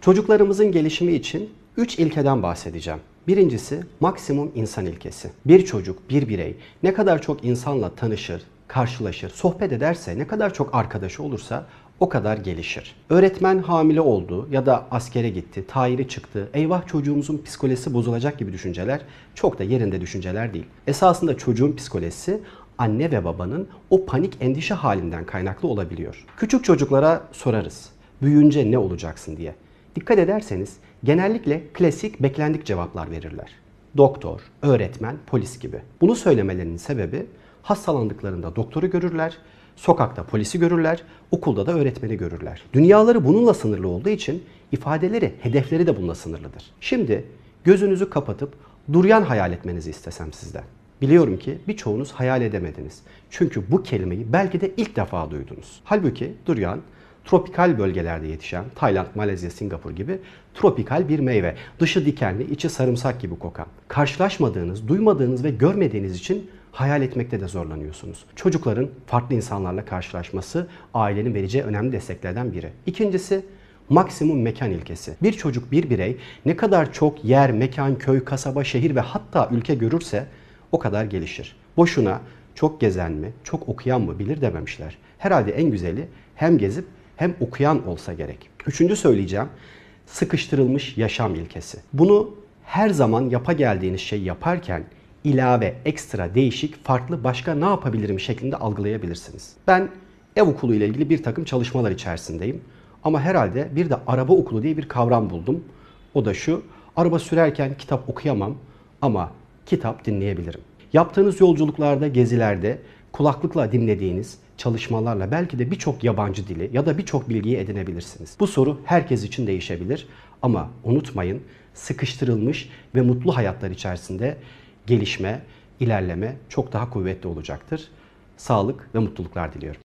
Çocuklarımızın gelişimi için 3 ilkeden bahsedeceğim. Birincisi maksimum insan ilkesi. Bir çocuk, bir birey ne kadar çok insanla tanışır, karşılaşır, sohbet ederse, ne kadar çok arkadaşı olursa o kadar gelişir. Öğretmen hamile oldu ya da askere gitti, tayini çıktı, eyvah çocuğumuzun psikolojisi bozulacak gibi düşünceler çok da yerinde düşünceler değil. Esasında çocuğun psikolojisi anne ve babanın o panik endişe halinden kaynaklı olabiliyor. Küçük çocuklara sorarız, büyüyünce ne olacaksın diye. Dikkat ederseniz genellikle klasik beklendik cevaplar verirler. Doktor, öğretmen, polis gibi. Bunu söylemelerinin sebebi hastalandıklarında doktoru görürler, sokakta polisi görürler, okulda da öğretmeni görürler. Dünyaları bununla sınırlı olduğu için ifadeleri, hedefleri de bununla sınırlıdır. Şimdi gözünüzü kapatıp duryan hayal etmenizi istesem sizden. Biliyorum ki birçoğunuz hayal edemediniz. Çünkü bu kelimeyi belki de ilk defa duydunuz. Halbuki duryan tropikal bölgelerde yetişen, Tayland, Malezya, Singapur gibi tropikal bir meyve. Dışı dikenli, içi sarımsak gibi kokan. Karşılaşmadığınız, duymadığınız ve görmediğiniz için hayal etmekte de zorlanıyorsunuz. Çocukların farklı insanlarla karşılaşması ailenin vereceği önemli desteklerden biri. İkincisi, maksimum mekan ilkesi. Bir çocuk, bir birey ne kadar çok yer, mekan, köy, kasaba, şehir ve hatta ülke görürse o kadar gelişir. Boşuna çok gezen mi, çok okuyan mı bilir dememişler. Herhalde en güzeli hem gezip hem okuyan olsa gerek. Üçüncü söyleyeceğim, sıkıştırılmış yaşam ilkesi. Bunu her zaman yapa geldiğiniz şey yaparken ilave, ekstra, değişik, farklı, başka ne yapabilirim şeklinde algılayabilirsiniz. Ben ev okulu ile ilgili bir takım çalışmalar içerisindeyim. Ama herhalde bir de araba okulu diye bir kavram buldum. O da şu, araba sürerken kitap okuyamam ama kitap dinleyebilirim. Yaptığınız yolculuklarda, gezilerde kulaklıkla dinlediğiniz çalışmalarla belki de birçok yabancı dili ya da birçok bilgiyi edinebilirsiniz. Bu soru herkes için değişebilir ama unutmayın, sıkıştırılmış ve mutlu hayatlar içerisinde gelişme, ilerleme çok daha kuvvetli olacaktır. Sağlık ve mutluluklar diliyorum.